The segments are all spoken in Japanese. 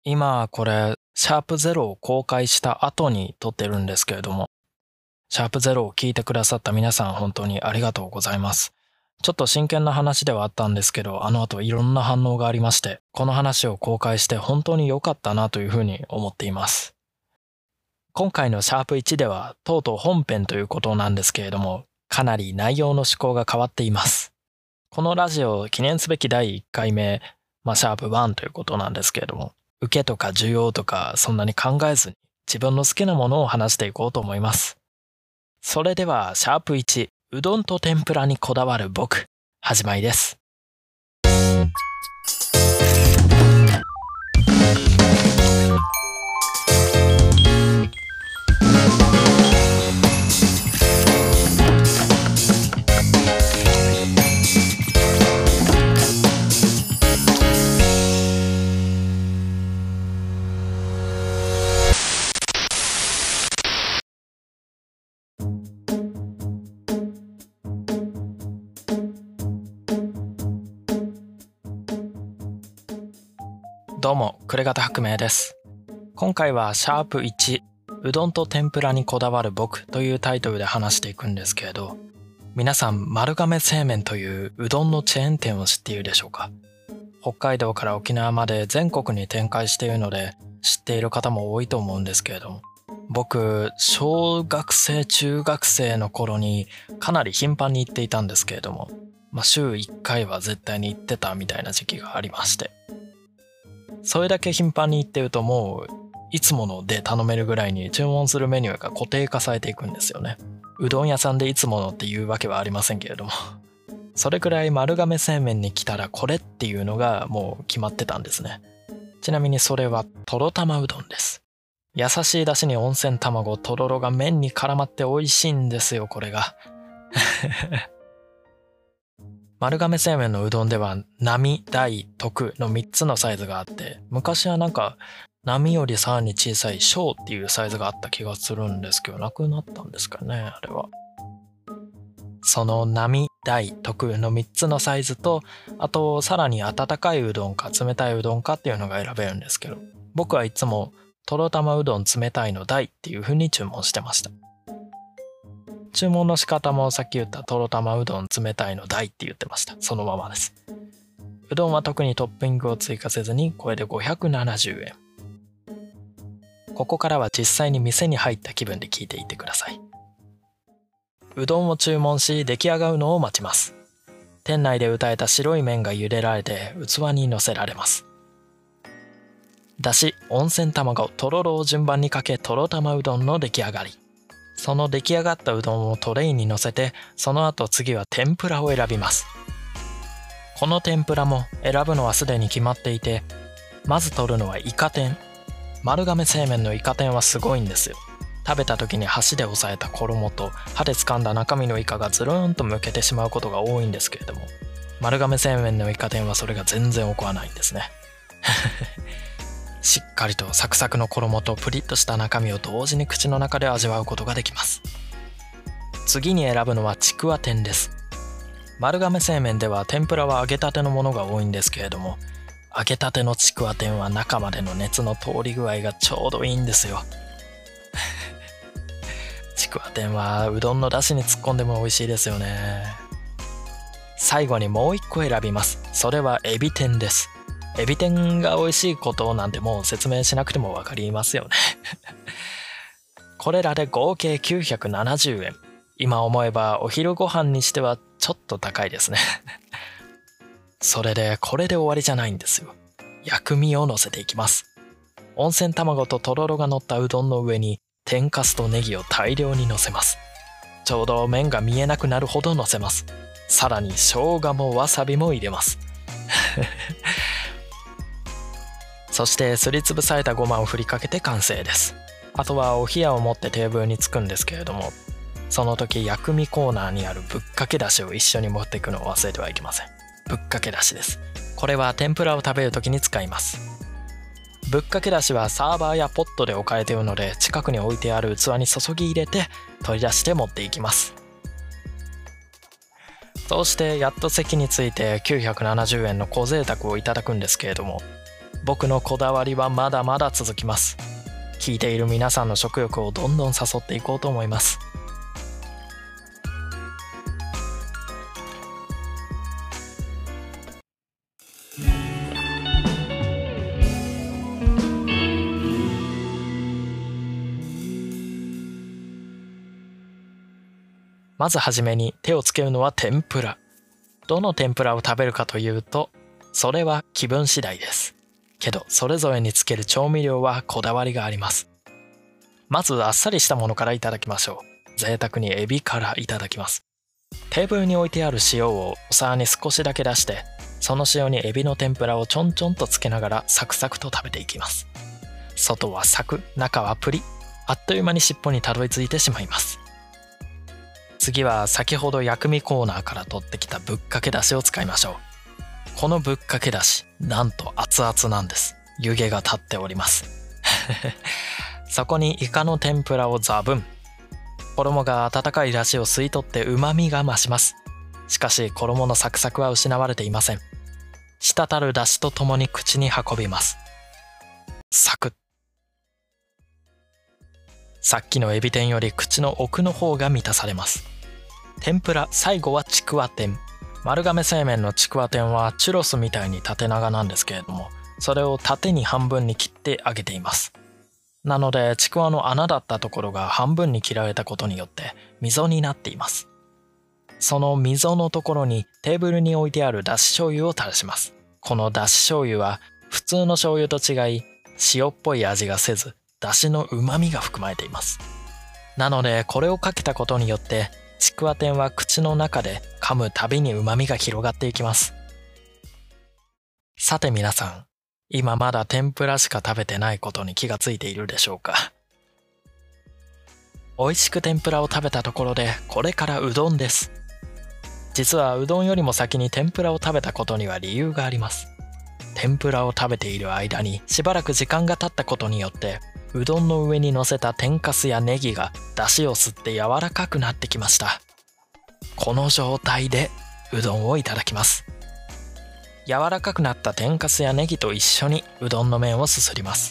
今これ、シャープゼロを公開した後に撮ってるんですけれども、シャープゼロを聞いてくださった皆さん本当にありがとうございます。ちょっと真剣な話ではあったんですけど、あの後いろんな反応がありまして、この話を公開して本当に良かったなというふうに思っています。今回のシャープ1では、とうとう本編ということなんですけれども、かなり内容の趣向が変わっています。このラジオ記念すべき第1回目、シャープ1ということなんですけれども、受けとか需要とかそんなに考えずに自分の好きなものを話していこうと思います。それではシャープ1、うどんと天ぷらにこだわる僕、始まりです。どうも、暮方白明です。今回はシャープ1、うどんと天ぷらにこだわる僕というタイトルで話していくんですけれど、皆さん丸亀製麺といううどんのチェーン店を知っているでしょうか？北海道から沖縄まで全国に展開しているので知っている方も多いと思うんですけれども、僕、小学生、中学生の頃にかなり頻繁に行っていたんですけれども、週1回は絶対に行ってたみたいな時期がありまして、それだけ頻繁に行ってるともういつもので頼めるぐらいに注文するメニューが固定化されていくんですよね。うどん屋さんでいつものっていうわけはありませんけれどもそれくらい丸亀製麺に来たらこれっていうのがもう決まってたんですね。ちなみにそれはとろ玉うどんです。優しい出汁に温泉卵、とろろが麺に絡まって美味しいんですよ、これが丸亀製麺のうどんでは並、大、特の3つのサイズがあって、昔は並よりさらに小さい小っていうサイズがあった気がするんですけど、なくなったんですかね、あれは。その並、大、特の3つのサイズと、あとさらに温かいうどんか冷たいうどんかっていうのが選べるんですけど、僕はいつもとろ玉うどん冷たいの大っていう風に注文してました。注文の仕方もさっき言ったとろ玉うどん冷たいの大って言ってました。そのままです。うどんは特にトッピングを追加せずにこれで570円。ここからは実際に店に入った気分で聞いていってください。うどんを注文し出来上がるのを待ちます。店内で打たれた白い麺が茹でられて器に乗せられます。だし、温泉卵、とろろを順番にかけとろ玉うどんの出来上がり。その出来上がったうどんをトレイに乗せて、その後次は天ぷらを選びます。この天ぷらも選ぶのはすでに決まっていて、まず取るのはイカ天。丸亀製麺のイカ天はすごいんですよ。食べた時に箸で押さえた衣と歯で掴んだ中身のイカがズルーンとむけてしまうことが多いんですけれども、丸亀製麺のイカ天はそれが全然起こらないんですねしっかりとサクサクの衣とプリッとした中身を同時に口の中で味わうことができます。次に選ぶのはちくわ天です。丸亀製麺では天ぷらは揚げたてのものが多いんですけれども、揚げたてのちくわ天は中までの熱の通り具合がちょうどいいんですよちくわ天はうどんの出汁に突っ込んでも美味しいですよね。最後にもう一個選びます。それはエビ天です。エビ天が美味しいことなんてもう説明しなくてもわかりますよねこれらで合計970円。今思えばお昼ご飯にしてはちょっと高いですねそれでこれで終わりじゃないんですよ。薬味を乗せていきます。温泉卵ととろろが乗ったうどんの上に天かすとネギを大量に乗せます。ちょうど麺が見えなくなるほど乗せます。さらに生姜もわさびも入れますそしてすりつぶされたごまを振りかけて完成です。あとはお冷やを持ってテーブルに着くんですけれども、その時薬味コーナーにあるぶっかけだしを一緒に持っていくのを忘れてはいけません。ぶっかけだしです。これは天ぷらを食べる時に使います。ぶっかけだしはサーバーやポットで置かれているので、近くに置いてある器に注ぎ入れて取り出して持っていきます。そうしてやっと席に着いて970円の小贅沢をいただくんですけれども、 僕のこだわりはまだまだ続きます。聞いている皆さんの食欲をどんどん誘っていこうと思います。まずはじめに手をつけるのは天ぷら。どの天ぷらを食べるかというと、それは気分次第です。けどそれぞれにつける調味料はこだわりがあります。まずあっさりしたものからいただきましょう。贅沢にエビからいただきます。テーブルに置いてある塩をお皿に少しだけ出して、その塩にエビの天ぷらをちょんちょんとつけながらサクサクと食べていきます。外はサク、中はプリ、あっという間に尻尾にたどり着いてしまいます。次は先ほど薬味コーナーから取ってきたぶっかけだしを使いましょう。このぶっかけだし、なんと熱々なんです。湯気が立っておりますそこにイカの天ぷらをザブン。衣が温かいだしを吸い取って旨味が増します。しかし衣のサクサクは失われていません。滴るだしとともに口に運びます。サクッ。さっきのエビ天より口の奥の方が満たされます。天ぷら、最後はちくわ天。丸亀製麺のちくわ天はチュロスみたいに縦長なんですけれども、それを縦に半分に切って揚げています。なのでちくわの穴だったところが半分に切られたことによって溝になっています。その溝のところにテーブルに置いてあるだし醤油を垂らします。このだし醤油は普通の醤油と違い、塩っぽい味がせず、だしの旨味が含まれています。なのでこれをかけたことによってちくわ天は口の中で噛むたびに旨味が広がっていきます。さて皆さん、今まだ天ぷらしか食べてないことに気がついているでしょうか。美味しく天ぷらを食べたところで、これからうどんです。実はうどんよりも先に天ぷらを食べたことには理由があります。天ぷらを食べている間にしばらく時間が経ったことによって、うどんの上に乗せた天かすやネギが出汁を吸って柔らかくなってきました。この状態でうどんをいただきます。柔らかくなった天かすやネギと一緒にうどんの麺をすすります。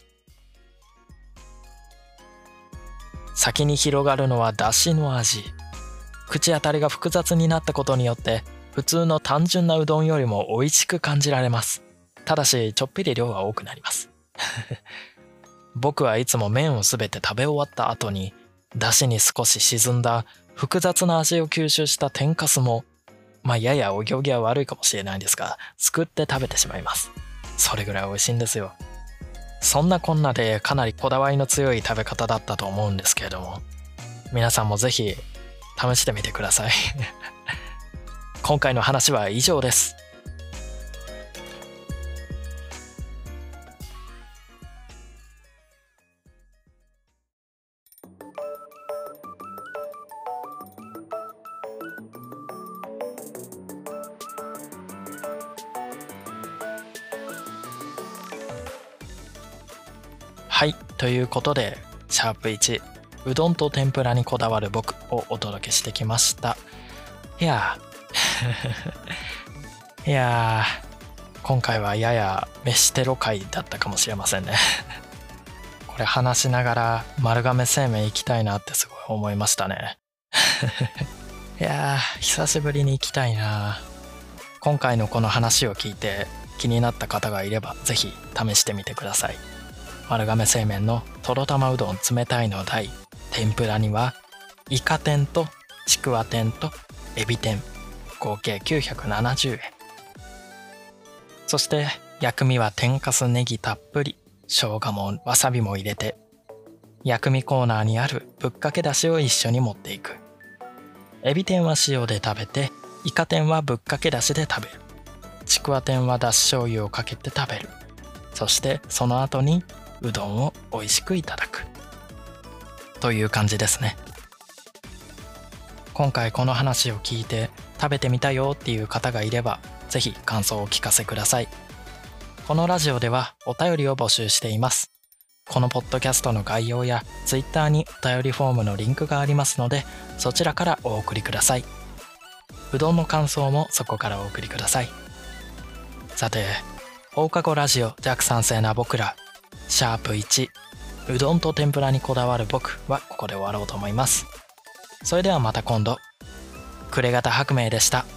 先に広がるのは出汁の味。口当たりが複雑になったことによって普通の単純なうどんよりも美味しく感じられます。ただしちょっぴり量が多くなります僕はいつも麺をすべて食べ終わった後に出汁に少し沈んだ複雑な味を吸収した天かすもややお行儀は悪いかもしれないんですが、すくって食べてしまいます。それぐらい美味しいんですよ。そんなこんなでかなりこだわりの強い食べ方だったと思うんですけれども、皆さんもぜひ試してみてください今回の話は以上です。はい、ということでシャープ1、うどんと天ぷらにこだわる僕をお届けしてきました。いや今回はやや飯テロ回だったかもしれませんねこれ話しながら丸亀製麺行きたいなってすごい思いましたね久しぶりに行きたいな。今回のこの話を聞いて気になった方がいればぜひ試してみてください。丸亀製麺のとろ玉うどん冷たいの大、天ぷらにはイカ天とちくわ天とエビ天、合計970円。そして薬味は天かすネギたっぷり、生姜もわさびも入れて、薬味コーナーにあるぶっかけだしを一緒に持っていく。エビ天は塩で食べて、イカ天はぶっかけだしで食べる。ちくわ天はだし醤油をかけて食べる。そしてその後にうどんを美味しくいただくという感じですね。今回この話を聞いて食べてみたよっていう方がいればぜひ感想をお聞かせください。このラジオではお便りを募集しています。このポッドキャストの概要や Twitter にお便りフォームのリンクがありますので、そちらからお送りください。うどんの感想もそこからお送りください。さて放課後ラジオ弱酸性な僕らシャープ1、うどんと天ぷらにこだわる僕はここで終わろうと思います。それではまた今度。暮れ方白明でした。